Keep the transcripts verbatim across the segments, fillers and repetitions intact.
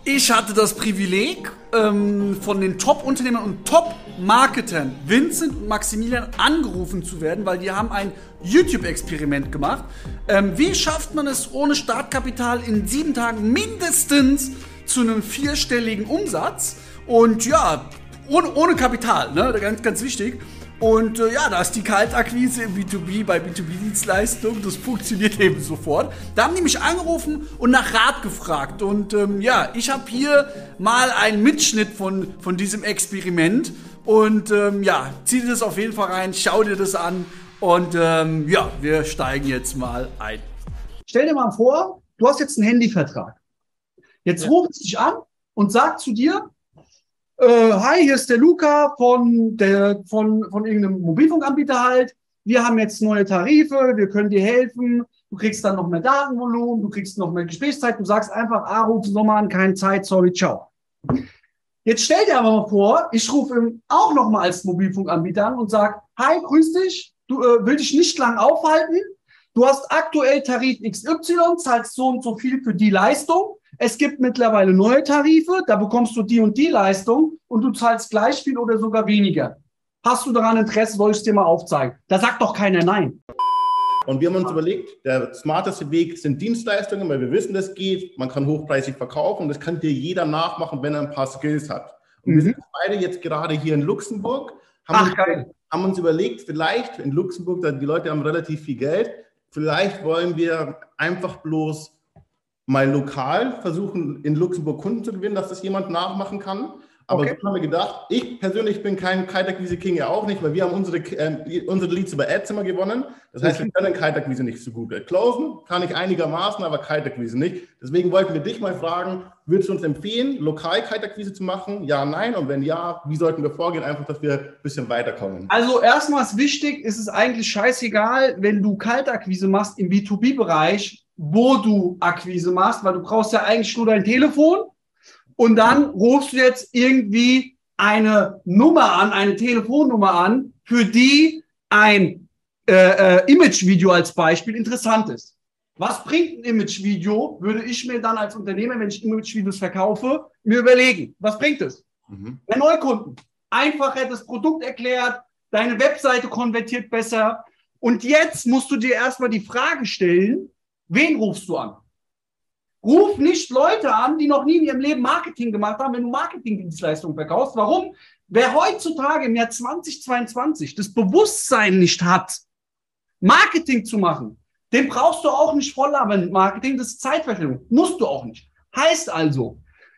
Ich hatte das Privileg, ähm, von den Top-Unternehmern und Top-Marketern Vincent und Maximilian angerufen zu werden, weil die haben ein YouTube-Experiment gemacht. Ähm, wie schafft man es ohne Startkapital in sieben Tagen mindestens zu einem vierstelligen Umsatz? Und ja, ohne, ohne Kapital, ne? Ganz, ganz wichtig. Und äh, ja, da ist die Kaltakquise im B zwei B bei B zwei B-Dienstleistungen, das funktioniert eben sofort. Da haben die mich angerufen und nach Rat gefragt. Und ähm, ja, ich habe hier mal einen Mitschnitt von, von diesem Experiment. Und ähm, ja, zieh dir das auf jeden Fall rein, schau dir das an. Und ähm, ja, wir steigen jetzt mal ein. Stell dir mal vor, du hast jetzt einen Handyvertrag. Jetzt ja. ruft es dich an und sagt zu dir, Äh, hi, hier ist der Luca von, der, von, von irgendeinem Mobilfunkanbieter halt. Wir haben jetzt neue Tarife, wir können dir helfen. Du kriegst dann noch mehr Datenvolumen, du kriegst noch mehr Gesprächszeit. Du sagst einfach, ah, ruf nochmal an, keine Zeit, sorry, ciao. Jetzt stell dir aber mal vor, ich rufe ihn auch nochmal als Mobilfunkanbieter an und sag, hi, grüß dich, du äh, will dich nicht lang aufhalten. Du hast aktuell Tarif X Y, zahlst so und so viel für die Leistung. Es gibt mittlerweile neue Tarife, da bekommst du die und die Leistung und du zahlst gleich viel oder sogar weniger. Hast du daran Interesse, soll ich es dir mal aufzeigen? Da sagt doch keiner nein. Und wir haben uns überlegt, der smarteste Weg sind Dienstleistungen, weil wir wissen, das geht. Man kann hochpreisig verkaufen und das kann dir jeder nachmachen, wenn er ein paar Skills hat. Und mhm. wir sind beide jetzt gerade hier in Luxemburg, haben, Ach, uns, haben uns überlegt, vielleicht in Luxemburg, die Leute haben relativ viel Geld, vielleicht wollen wir einfach bloß mal lokal versuchen, in Luxemburg Kunden zu gewinnen, dass das jemand nachmachen kann. Aber okay. so haben wir gedacht, ich persönlich bin kein Kaltakquise-King, ja auch nicht, weil wir haben unsere, äh, unsere Leads über Ads immer gewonnen. Das heißt, wir können Kaltakquise nicht so gut. Closen kann ich einigermaßen, aber Kaltakquise nicht. Deswegen wollten wir dich mal fragen, würdest du uns empfehlen, lokal Kaltakquise zu machen? Ja, nein. Und wenn ja, wie sollten wir vorgehen? Einfach, dass wir ein bisschen weiterkommen. Also erstmal ist wichtig, ist es eigentlich scheißegal, wenn du Kaltakquise machst im B zwei B-Bereich, wo du Akquise machst, weil du brauchst ja eigentlich nur dein Telefon und dann rufst du jetzt irgendwie eine Nummer an, eine Telefonnummer an, für die ein äh, äh, Imagevideo als Beispiel interessant ist. Was bringt ein Imagevideo, würde ich mir dann als Unternehmer, wenn ich Imagevideos verkaufe, mir überlegen. Was bringt es? Mhm. Der Neukunden. Einfacher das Produkt erklärt, deine Webseite konvertiert besser und jetzt musst du dir erstmal die Frage stellen, wen rufst du an? Ruf nicht Leute an, die noch nie in ihrem Leben Marketing gemacht haben, wenn du Marketingdienstleistungen verkaufst. Warum? Wer heutzutage im Jahr zweitausendzweiundzwanzig das Bewusstsein nicht hat, Marketing zu machen, den brauchst du auch nicht voll labern. Marketing, das ist Zeitverschwendung. Musst du auch nicht. Heißt also,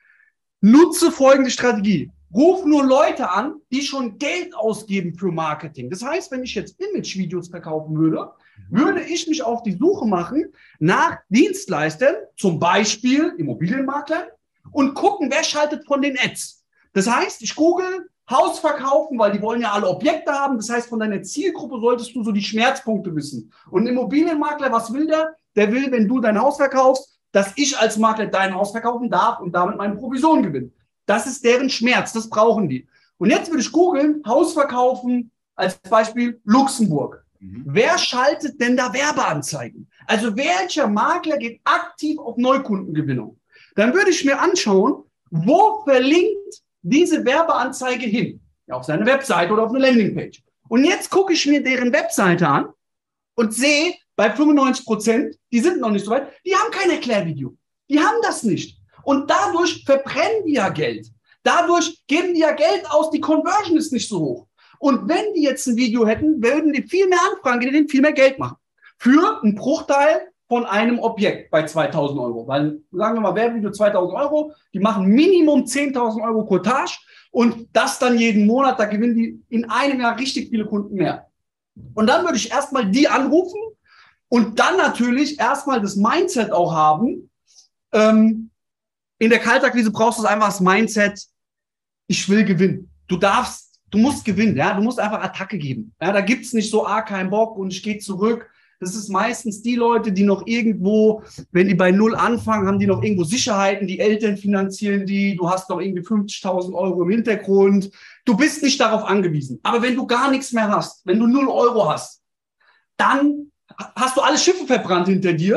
nutze folgende Strategie. Ruf nur Leute an, die schon Geld ausgeben für Marketing. Das heißt, wenn ich jetzt Imagevideos verkaufen würde, würde ich mich auf die Suche machen nach Dienstleistern, zum Beispiel Immobilienmaklern, und gucken, wer schaltet von den Ads. Das heißt, ich google Haus verkaufen, weil die wollen ja alle Objekte haben. Das heißt, von deiner Zielgruppe solltest du so die Schmerzpunkte wissen. Und ein Immobilienmakler, was will der? Der will, wenn du dein Haus verkaufst, dass ich als Makler dein Haus verkaufen darf und damit meine Provision gewinne. Das ist deren Schmerz, das brauchen die. Und jetzt würde ich googeln, Haus verkaufen, als Beispiel Luxemburg. Mhm. Wer schaltet denn da Werbeanzeigen? Also welcher Makler geht aktiv auf Neukundengewinnung? Dann würde ich mir anschauen, wo verlinkt diese Werbeanzeige hin? Ja, auf seine Webseite oder auf eine Landingpage. Und jetzt gucke ich mir deren Webseite an und sehe, bei fünfundneunzig Prozent, die sind noch nicht so weit, die haben kein Erklärvideo. Die haben das nicht. Und dadurch verbrennen die ja Geld. Dadurch geben die ja Geld aus, die Conversion ist nicht so hoch. Und wenn die jetzt ein Video hätten, würden die viel mehr Anfragen, die denen viel mehr Geld machen. Für einen Bruchteil von einem Objekt bei zweitausend Euro. Weil, sagen wir mal, Werbevideo zweitausend Euro, die machen Minimum zehntausend Euro Cottage und das dann jeden Monat, da gewinnen die in einem Jahr richtig viele Kunden mehr. Und dann würde ich erstmal die anrufen und dann natürlich erstmal das Mindset auch haben, ähm, in der Kaltakquise brauchst du einfach das Mindset, ich will gewinnen. Du darfst, du musst gewinnen, ja, du musst einfach Attacke geben. Ja, da gibt's nicht so, ah, kein Bock und ich gehe zurück. Das ist meistens die Leute, die noch irgendwo, wenn die bei Null anfangen, haben die noch irgendwo Sicherheiten, die Eltern finanzieren die, du hast noch irgendwie fünfzigtausend Euro im Hintergrund. Du bist nicht darauf angewiesen. Aber wenn du gar nichts mehr hast, wenn du null Euro hast, dann hast du alle Schiffe verbrannt hinter dir.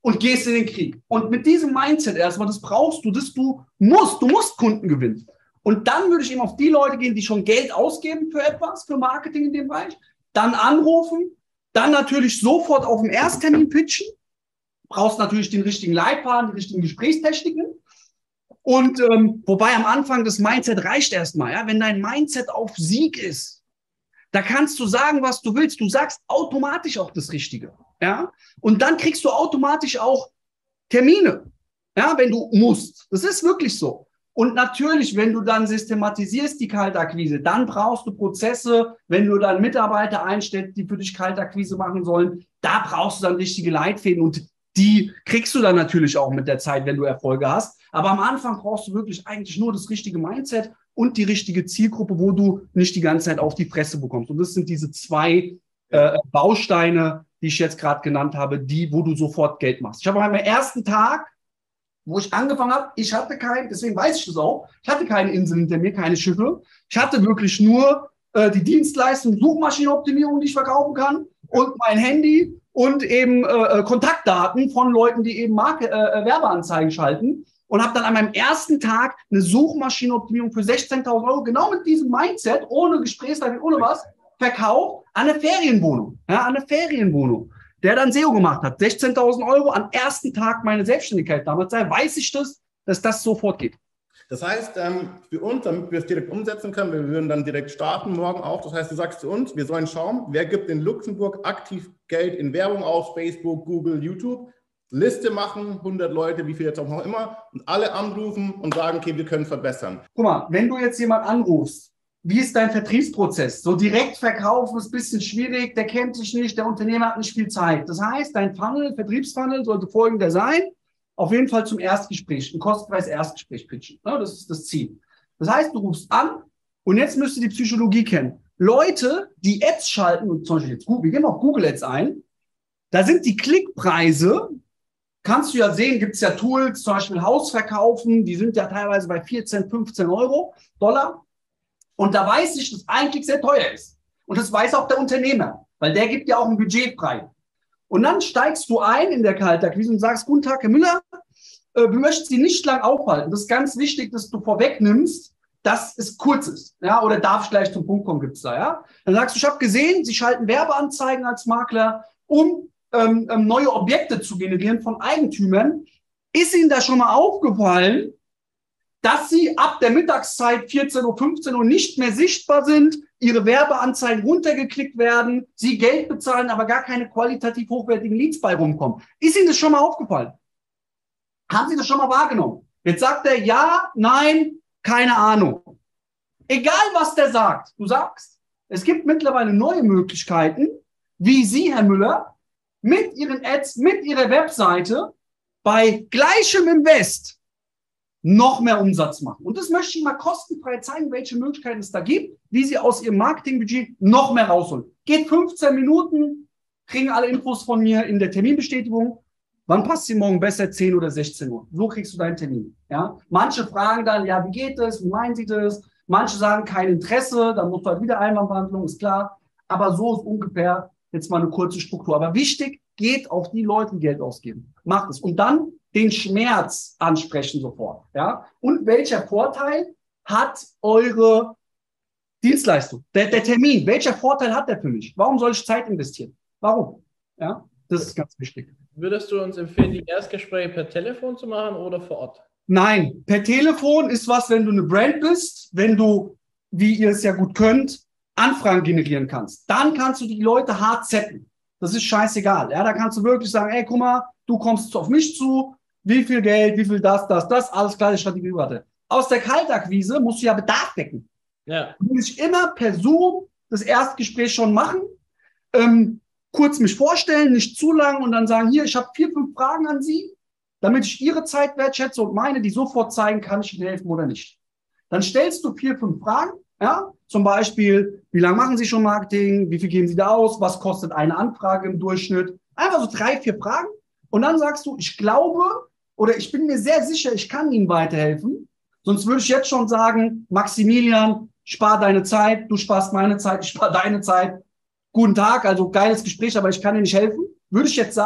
und gehst in den Krieg. Und mit diesem Mindset erstmal, das brauchst du, das du musst, du musst Kunden gewinnen. Und dann würde ich eben auf die Leute gehen, die schon Geld ausgeben für etwas, für Marketing in dem Bereich, dann anrufen, dann natürlich sofort auf dem Ersttermin pitchen, brauchst natürlich den richtigen Leitfaden, die richtigen Gesprächstechniken. Und ähm, wobei am Anfang das Mindset reicht erstmal, ja, wenn dein Mindset auf Sieg ist, da kannst du sagen, was du willst. Du sagst automatisch auch das Richtige, ja. Und dann kriegst du automatisch auch Termine, ja, wenn du musst. Das ist wirklich so. Und natürlich, wenn du dann systematisierst die Kaltakquise, dann brauchst du Prozesse, wenn du dann Mitarbeiter einstellst, die für dich Kaltakquise machen sollen, da brauchst du dann richtige Leitfäden und die kriegst du dann natürlich auch mit der Zeit, wenn du Erfolge hast. Aber am Anfang brauchst du wirklich eigentlich nur das richtige Mindset und die richtige Zielgruppe, wo du nicht die ganze Zeit auf die Fresse bekommst. Und das sind diese zwei äh, Bausteine, die ich jetzt gerade genannt habe, die, wo du sofort Geld machst. Ich habe am ersten Tag, wo ich angefangen habe, ich hatte kein, deswegen weiß ich das auch, ich hatte keine Inseln hinter mir, keine Schiffe. Ich hatte wirklich nur äh, die Dienstleistung, Suchmaschinenoptimierung, die ich verkaufen kann und mein Handy und eben äh, Kontaktdaten von Leuten, die eben Marke, äh, Werbeanzeigen schalten. Und habe dann an meinem ersten Tag eine Suchmaschinenoptimierung für sechzehntausend Euro, genau mit diesem Mindset, ohne Gesprächsleitung, ohne was, verkauft an eine Ferienwohnung. Ja, an eine Ferienwohnung. Der dann S E O gemacht hat. sechzehntausend Euro am ersten Tag meiner Selbstständigkeit damals. Daher weiß ich das, dass das sofort geht. Das heißt, ähm, für uns, damit wir es direkt umsetzen können, wir würden dann direkt starten morgen auch. Das heißt, du sagst zu uns, wir sollen schauen, wer gibt in Luxemburg aktiv Geld in Werbung aus, Facebook, Google, YouTube. Liste machen, hundert Leute, wie viel jetzt auch noch immer, und alle anrufen und sagen, okay, wir können verbessern. Guck mal, wenn du jetzt jemand anrufst, wie ist dein Vertriebsprozess? So direkt verkaufen ist ein bisschen schwierig, der kennt sich nicht, der Unternehmer hat nicht viel Zeit. Das heißt, dein Funnel, Vertriebsfunnel sollte folgender sein, auf jeden Fall zum Erstgespräch, ein kostenfreies Erstgespräch pitchen. Das ist das Ziel. Das heißt, du rufst an und jetzt müsst ihr die Psychologie kennen. Leute, die Ads schalten, und zum Beispiel jetzt Google, wir gehen auf Google Ads ein, da sind die Klickpreise, kannst du ja sehen, gibt es ja Tools, zum Beispiel Hausverkaufen, die sind ja teilweise bei vierzehn, fünfzehn Euro, Dollar. Und da weiß ich, dass ein Klick sehr teuer ist. Und das weiß auch der Unternehmer, weil der gibt ja auch ein Budget frei. Und dann steigst du ein in der Kaltakquise und sagst, guten Tag, Herr Müller, äh, wir möchten Sie nicht lang aufhalten. Das ist ganz wichtig, dass du vorwegnimmst, dass es kurz ist. Ja, oder darf ich gleich zum Punkt kommen, gibt es da, ja. Dann sagst du, ich habe gesehen, Sie schalten Werbeanzeigen als Makler, um ähm, ähm, neue Objekte zu generieren von Eigentümern. Ist Ihnen da schon mal aufgefallen, dass Sie ab der Mittagszeit vierzehn Uhr, fünfzehn Uhr nicht mehr sichtbar sind, Ihre Werbeanzeigen runtergeklickt werden, Sie Geld bezahlen, aber gar keine qualitativ hochwertigen Leads bei rumkommen? Ist Ihnen das schon mal aufgefallen? Haben Sie das schon mal wahrgenommen? Jetzt sagt er ja, nein, keine Ahnung. Egal, was der sagt, du sagst, es gibt mittlerweile neue Möglichkeiten, wie Sie, Herr Müller, mit Ihren Ads, mit Ihrer Webseite bei gleichem Invest noch mehr Umsatz machen. Und das möchte ich Ihnen mal kostenfrei zeigen, welche Möglichkeiten es da gibt, wie Sie aus Ihrem Marketingbudget noch mehr rausholen. Geht fünfzehn Minuten, kriegen alle Infos von mir in der Terminbestätigung. Wann passt Sie morgen besser, zehn oder sechzehn Uhr? So kriegst du deinen Termin. Ja? Manche fragen dann, ja, wie geht das? Wie meinen Sie das? Manche sagen, kein Interesse, dann musst du halt wieder Einwandbehandlung, ist klar. Aber so ist ungefähr jetzt mal eine kurze Struktur. Aber wichtig, geht auf die Leute, die Geld ausgeben. Macht es. Und dann den Schmerz ansprechen sofort. Ja? Und welcher Vorteil hat eure Dienstleistung? Der, der Termin, welcher Vorteil hat der für mich? Warum soll ich Zeit investieren? Warum? Ja? Das ist ganz wichtig. Würdest du uns empfehlen, die Erstgespräche per Telefon zu machen oder vor Ort? Nein, per Telefon ist was, wenn du eine Brand bist, wenn du, wie ihr es ja gut könnt, Anfragen generieren kannst. Dann kannst du die Leute hart setzen. Das ist scheißegal. Ja, da kannst du wirklich sagen, ey, guck mal, du kommst auf mich zu, wie viel Geld, wie viel das, das, das, alles klar, die Strategie warte. Aus der Kaltakquise musst du ja Bedarf decken. Ja. Du musst immer per Zoom das Erstgespräch schon machen, ähm, kurz mich vorstellen, nicht zu lang und dann sagen, hier, ich habe vier, fünf Fragen an Sie, damit ich Ihre Zeit wertschätze und meine, die sofort zeigen, kann ich Ihnen helfen oder nicht. Dann stellst du vier, fünf Fragen, ja, zum Beispiel, wie lange machen Sie schon Marketing, wie viel geben Sie da aus, was kostet eine Anfrage im Durchschnitt, einfach so drei, vier Fragen und dann sagst du, ich glaube oder ich bin mir sehr sicher, ich kann Ihnen weiterhelfen, sonst würde ich jetzt schon sagen, Maximilian, spar deine Zeit, du sparst meine Zeit, ich spare deine Zeit, guten Tag, also geiles Gespräch, aber ich kann dir nicht helfen, würde ich jetzt sagen.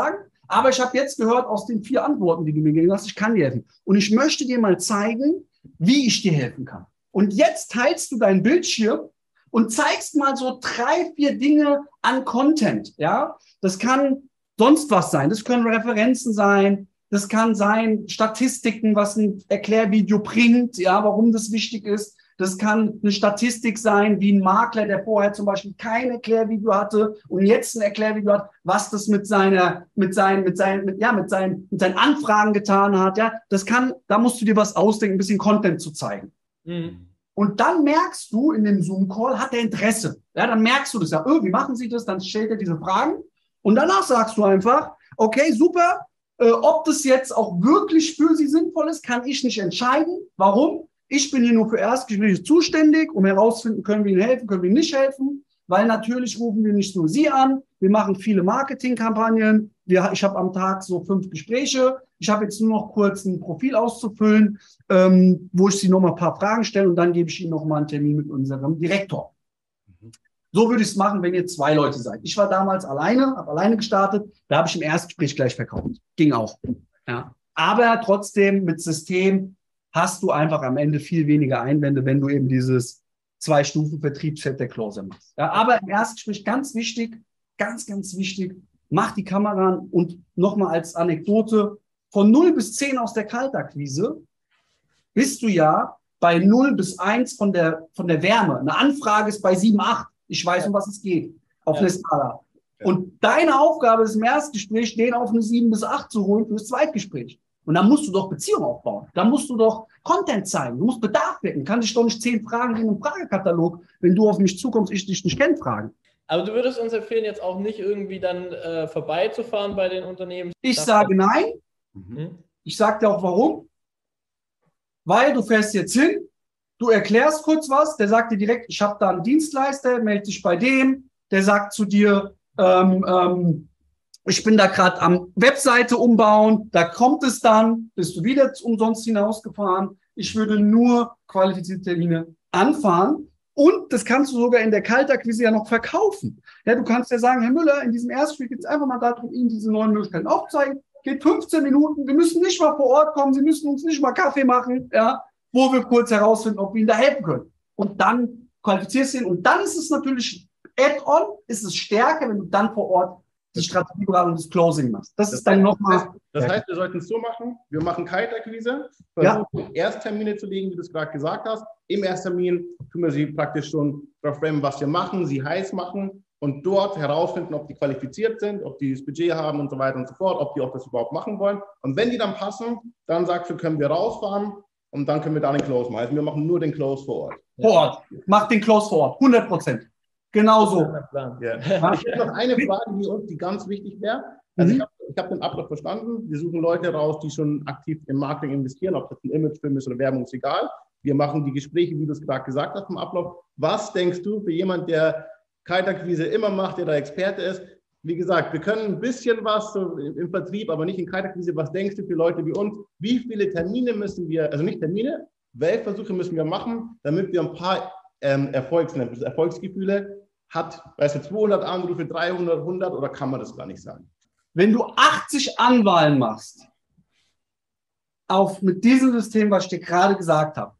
Aber ich habe jetzt gehört aus den vier Antworten, die du mir gegeben hast, ich kann dir helfen. Und ich möchte dir mal zeigen, wie ich dir helfen kann. Und jetzt teilst du deinen Bildschirm und zeigst mal so drei, vier Dinge an Content. Ja, das kann sonst was sein. Das können Referenzen sein. Das kann sein Statistiken, was ein Erklärvideo bringt, ja, warum das wichtig ist. Das kann eine Statistik sein, wie ein Makler, der vorher zum Beispiel kein Erklärvideo hatte und jetzt ein Erklärvideo hat, was das mit seiner, mit seinen, mit seinen, mit, ja, mit seinen, mit seinen Anfragen getan hat. Ja, das kann, da musst du dir was ausdenken, ein bisschen Content zu zeigen. Mhm. Und dann merkst du in dem Zoom-Call, hat er Interesse. Ja, dann merkst du das ja, oh, wie machen Sie das? Dann stellt er diese Fragen und danach sagst du einfach, okay, super, äh, ob das jetzt auch wirklich für Sie sinnvoll ist, kann ich nicht entscheiden. Warum? Ich bin hier nur für Erstgespräche zuständig, um herauszufinden, können wir Ihnen helfen, können wir Ihnen nicht helfen, weil natürlich rufen wir nicht nur Sie an, wir machen viele Marketingkampagnen, wir, ich habe am Tag so fünf Gespräche, ich habe jetzt nur noch kurz ein Profil auszufüllen, ähm, wo ich Sie noch mal ein paar Fragen stelle und dann gebe ich Ihnen noch mal einen Termin mit unserem Direktor. Mhm. So würde ich es machen, wenn ihr zwei Leute seid. Ich war damals alleine, habe alleine gestartet, da habe ich im Erstgespräch gleich verkauft. Ging auch. Ja. Aber trotzdem mit System hast du einfach am Ende viel weniger Einwände, wenn du eben dieses Zwei-Stufen-Vertriebsfeld der Closer machst. Ja, aber im Erstgespräch ganz wichtig, ganz, ganz wichtig, mach die Kamera an und nochmal als Anekdote, von null bis zehn aus der Kaltakquise bist du ja bei null bis eins von der, von der Wärme. Eine Anfrage ist bei sieben, acht. Ich weiß, um was es geht, auf ja. eine Skala. Ja. Und deine Aufgabe ist im Erstgespräch, den auf eine sieben bis acht zu holen fürs Zweitgespräch. Und dann musst du doch Beziehung aufbauen. Dann musst du doch Content zeigen. Du musst Bedarf wecken. Kann dich doch nicht zehn Fragen in einem Fragekatalog, wenn du auf mich zukommst, ich dich nicht kenne, fragen. Aber du würdest uns empfehlen, jetzt auch nicht irgendwie dann äh, vorbeizufahren bei den Unternehmen? Ich sage nein. Mhm. Ich sage dir auch warum. Weil du fährst jetzt hin, du erklärst kurz was, der sagt dir direkt, ich habe da einen Dienstleister, melde dich bei dem, der sagt zu dir, ähm, ähm, ich bin da gerade am Webseite umbauen, da kommt es dann, bist du wieder umsonst hinausgefahren. Ich würde nur qualifizierte Termine anfahren und das kannst du sogar in der Kaltakquise ja noch verkaufen. Ja, du kannst ja sagen, Herr Müller, in diesem Erstspiel geht es einfach mal darum, Ihnen diese neuen Möglichkeiten aufzuzeigen. Geht fünfzehn Minuten, wir müssen nicht mal vor Ort kommen, Sie müssen uns nicht mal Kaffee machen, ja, wo wir kurz herausfinden, ob wir Ihnen da helfen können. Und dann qualifizierst du ihn und dann ist es natürlich Add-on, ist es stärker, wenn du dann vor Ort die Strategieberatung und das Closing machst. Das, das ist dann nochmal. Das heißt, wir sollten es so machen, wir machen Kaltakquise, versuchen ja. Ersttermine zu legen, wie du es gerade gesagt hast. Im Ersttermin tun wir sie praktisch schon darauf framen, was wir machen, sie heiß machen und dort herausfinden, ob die qualifiziert sind, ob die das Budget haben und so weiter und so fort, ob die auch das überhaupt machen wollen. Und wenn die dann passen, dann sagst du, können wir rausfahren und dann können wir da den Close machen. Also wir machen nur den Close vor Ort. Vor Ort. Mach den Close vor Ort. hundert Prozent. Genau so. Ja. Ich habe noch eine Frage, die uns die ganz wichtig wäre. Also mhm. ich habe ich hab den Ablauf verstanden. Wir suchen Leute raus, die schon aktiv im Marketing investieren, ob das ein Imagefilm ist oder Werbung, ist egal. Wir machen die Gespräche, wie du es gerade gesagt hast, vom Ablauf. Was denkst du für jemand, der Kaltakquise immer macht, der da Experte ist? Wie gesagt, wir können ein bisschen was so im Vertrieb, aber nicht in Kaltakquise. Was denkst du für Leute wie uns? Wie viele Termine müssen wir, also nicht Termine, Weltversuche müssen wir machen, damit wir ein paar ähm, Erfolgs, Erfolgsgefühle hat, weißt du, zweihundert Anrufe, dreihundert, hundert oder kann man das gar nicht sagen? Wenn du achtzig Anwahlen machst, auf, mit diesem System, was ich dir gerade gesagt habe,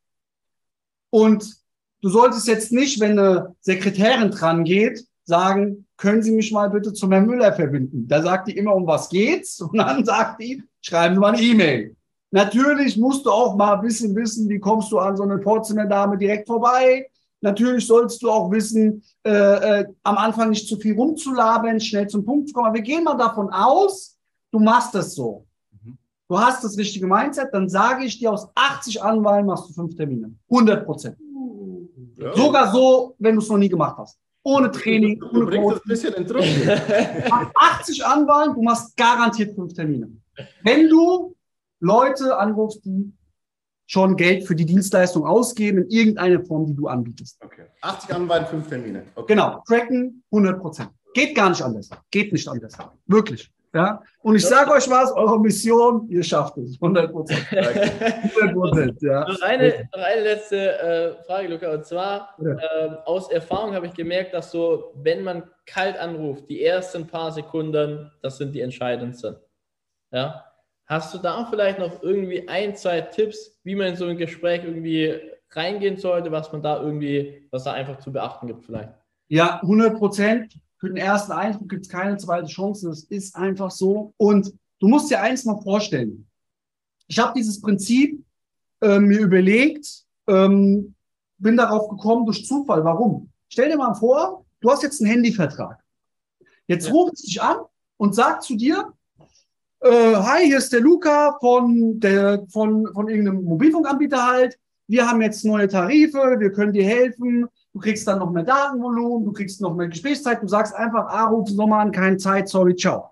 und du solltest jetzt nicht, wenn eine Sekretärin dran geht, sagen, können Sie mich mal bitte zu Herrn Müller verbinden. Da sagt die immer, um was geht's? Und dann sagt die, schreiben Sie mal eine E-Mail. Natürlich musst du auch mal ein bisschen wissen, wie kommst du an so eine Vorzimmerdame direkt vorbei. Natürlich sollst du auch wissen, äh, äh, am Anfang nicht zu viel rumzulabern, schnell zum Punkt zu kommen. Aber wir gehen mal davon aus, du machst das so. Mhm. Du hast das richtige Mindset, dann sage ich dir, aus achtzig Anwahlen machst du fünf Termine. hundert Prozent. Ja. Sogar so, wenn du es noch nie gemacht hast. Ohne Training, du, ohne du bringst das ein bisschen in Druck. achtzig Anwahlen, du machst garantiert fünf Termine. Wenn du Leute anrufst, die schon Geld für die Dienstleistung ausgeben in irgendeiner Form, die du anbietest. Okay. achtzig Anwahlen, fünf Termine. Okay. Genau, tracken hundert Prozent. Geht gar nicht anders. Geht nicht anders. Wirklich. Ja? Und ich sage euch was, eure Mission, ihr schafft es. hundert Prozent. hundert Prozent, ja. Noch eine, noch eine letzte äh, Frage, Luca. Und zwar, Ja. äh, aus Erfahrung habe ich gemerkt, dass so, wenn man kalt anruft, die ersten paar Sekunden, das sind die entscheidendsten. Ja? Hast du da vielleicht noch irgendwie ein, zwei Tipps, wie man in so ein Gespräch irgendwie reingehen sollte, was man da irgendwie, was da einfach zu beachten gibt vielleicht? Ja, hundert Prozent. Für den ersten Eindruck gibt es keine zweite Chance. Das ist einfach so. Und du musst dir eins mal vorstellen. Ich habe dieses Prinzip äh, mir überlegt, ähm, bin darauf gekommen durch Zufall. Warum? Stell dir mal vor, du hast jetzt einen Handyvertrag. Jetzt Ja. ruft es dich an und sagt zu dir, äh, hi, hier ist der Luca von, der, von, von irgendeinem Mobilfunkanbieter halt. Wir haben jetzt neue Tarife, wir können dir helfen. Du kriegst dann noch mehr Datenvolumen, du kriegst noch mehr Gesprächszeit. Du sagst einfach, ah, ruf nochmal an, keine Zeit, sorry, ciao.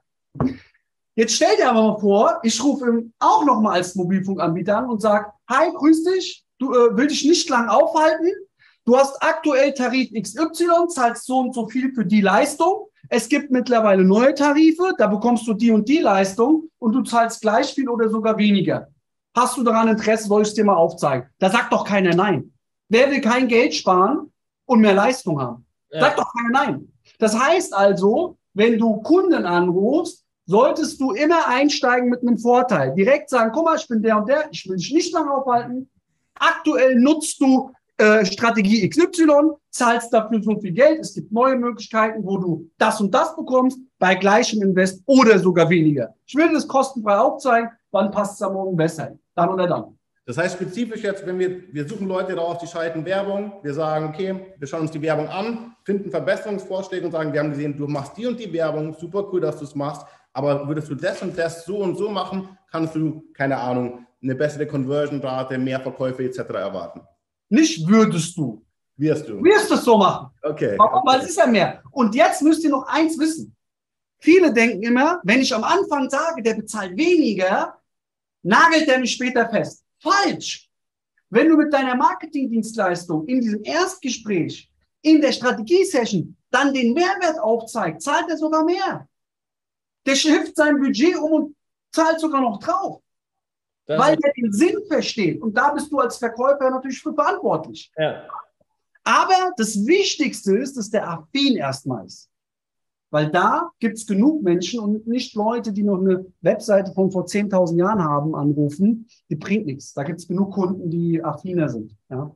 Jetzt stell dir aber mal vor, ich rufe ihn auch nochmal als Mobilfunkanbieter an und sag, hi, grüß dich, du äh, will dich nicht lang aufhalten. Du hast aktuell Tarif X Y, zahlst so und so viel für die Leistung. Es gibt mittlerweile neue Tarife, da bekommst du die und die Leistung und du zahlst gleich viel oder sogar weniger. Hast du daran Interesse, soll ich es dir mal aufzeigen? Da sagt doch keiner nein. Wer will kein Geld sparen und mehr Leistung haben? Ja. Sagt doch keiner nein. Das heißt also, wenn du Kunden anrufst, solltest du immer einsteigen mit einem Vorteil. Direkt sagen, guck mal, ich bin der und der, ich will dich nicht lange aufhalten. Aktuell nutzt du äh, Strategie X Y, zahlst dafür so viel Geld. Es gibt neue Möglichkeiten, wo du das und das bekommst, bei gleichem Invest oder sogar weniger. Ich will das kostenfrei aufzeigen, wann passt es am Morgen besser? Dann oder dann. Das heißt spezifisch jetzt, wenn wir, wir suchen Leute raus, die schalten Werbung, wir sagen, okay, wir schauen uns die Werbung an, finden Verbesserungsvorschläge und sagen, wir haben gesehen, du machst die und die Werbung, super cool, dass du es machst, aber würdest du das und das so und so machen, kannst du, keine Ahnung, eine bessere Conversion-Rate, mehr Verkäufe et cetera erwarten. Nicht würdest du. Wirst du. Wirst es so machen. Okay. Warum? Weil es ist ja mehr. Und jetzt müsst ihr noch eins wissen. Viele denken immer, wenn ich am Anfang sage, der bezahlt weniger, nagelt der mich später fest. Falsch. Wenn du mit deiner Marketingdienstleistung in diesem Erstgespräch, in der Strategie-Session, dann den Mehrwert aufzeigst, zahlt er sogar mehr. Der schifft sein Budget um und zahlt sogar noch drauf. Das Weil er den Sinn versteht. Und da bist du als Verkäufer natürlich für verantwortlich. ja. Aber das Wichtigste ist, dass der affin erstmal ist. Weil da gibt es genug Menschen und nicht Leute, die noch eine Webseite von vor zehntausend Jahren haben, anrufen. Die bringt nichts. Da gibt es genug Kunden, die affiner sind. Ja?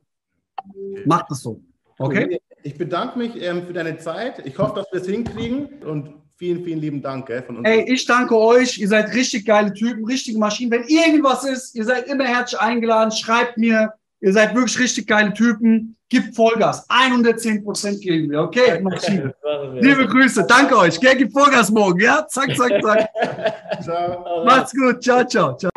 Macht es so. Okay? Ich bedanke mich ähm, für deine Zeit. Ich hoffe, dass wir es hinkriegen und vielen, vielen lieben Dank gell, von uns. Ey, ich danke euch. Ihr seid richtig geile Typen, richtige Maschinen. Wenn irgendwas ist, ihr seid immer herzlich eingeladen. Schreibt mir. Ihr seid wirklich richtig geile Typen. Gibt Vollgas. hundertzehn Prozent geben wir. Okay, Maschine. Liebe Grüße. Danke euch. Gell, gibt Vollgas morgen. Ja, zack, zack, zack. Ciao. Macht's gut. Ciao, ciao. ciao.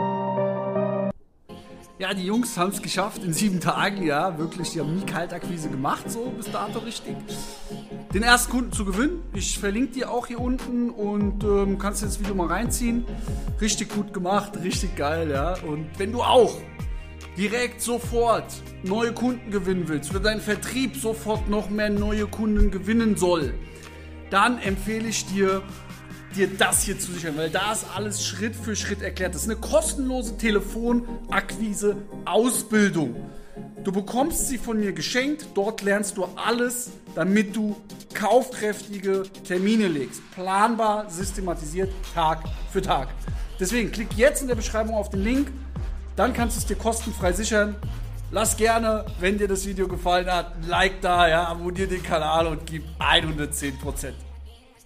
Ja, die Jungs haben es geschafft in sieben Tagen, ja, wirklich, die haben nie Kaltakquise gemacht, so bis dato richtig. Den ersten Kunden zu gewinnen, ich verlinke dir auch hier unten und ähm, kannst dir das Video mal reinziehen. Richtig gut gemacht, richtig geil, ja. Und wenn du auch direkt sofort neue Kunden gewinnen willst oder dein Vertrieb sofort noch mehr neue Kunden gewinnen soll, dann empfehle ich dir, dir das hier zu sichern, weil da ist alles Schritt für Schritt erklärt. Das ist eine kostenlose Telefonakquise-Ausbildung. Du bekommst sie von mir geschenkt, dort lernst du alles, damit du kaufkräftige Termine legst. Planbar, systematisiert, Tag für Tag. Deswegen klick jetzt in der Beschreibung auf den Link, dann kannst du es dir kostenfrei sichern. Lass gerne, wenn dir das Video gefallen hat, ein Like da, ja, abonniere den Kanal und gib hundertzehn Prozent.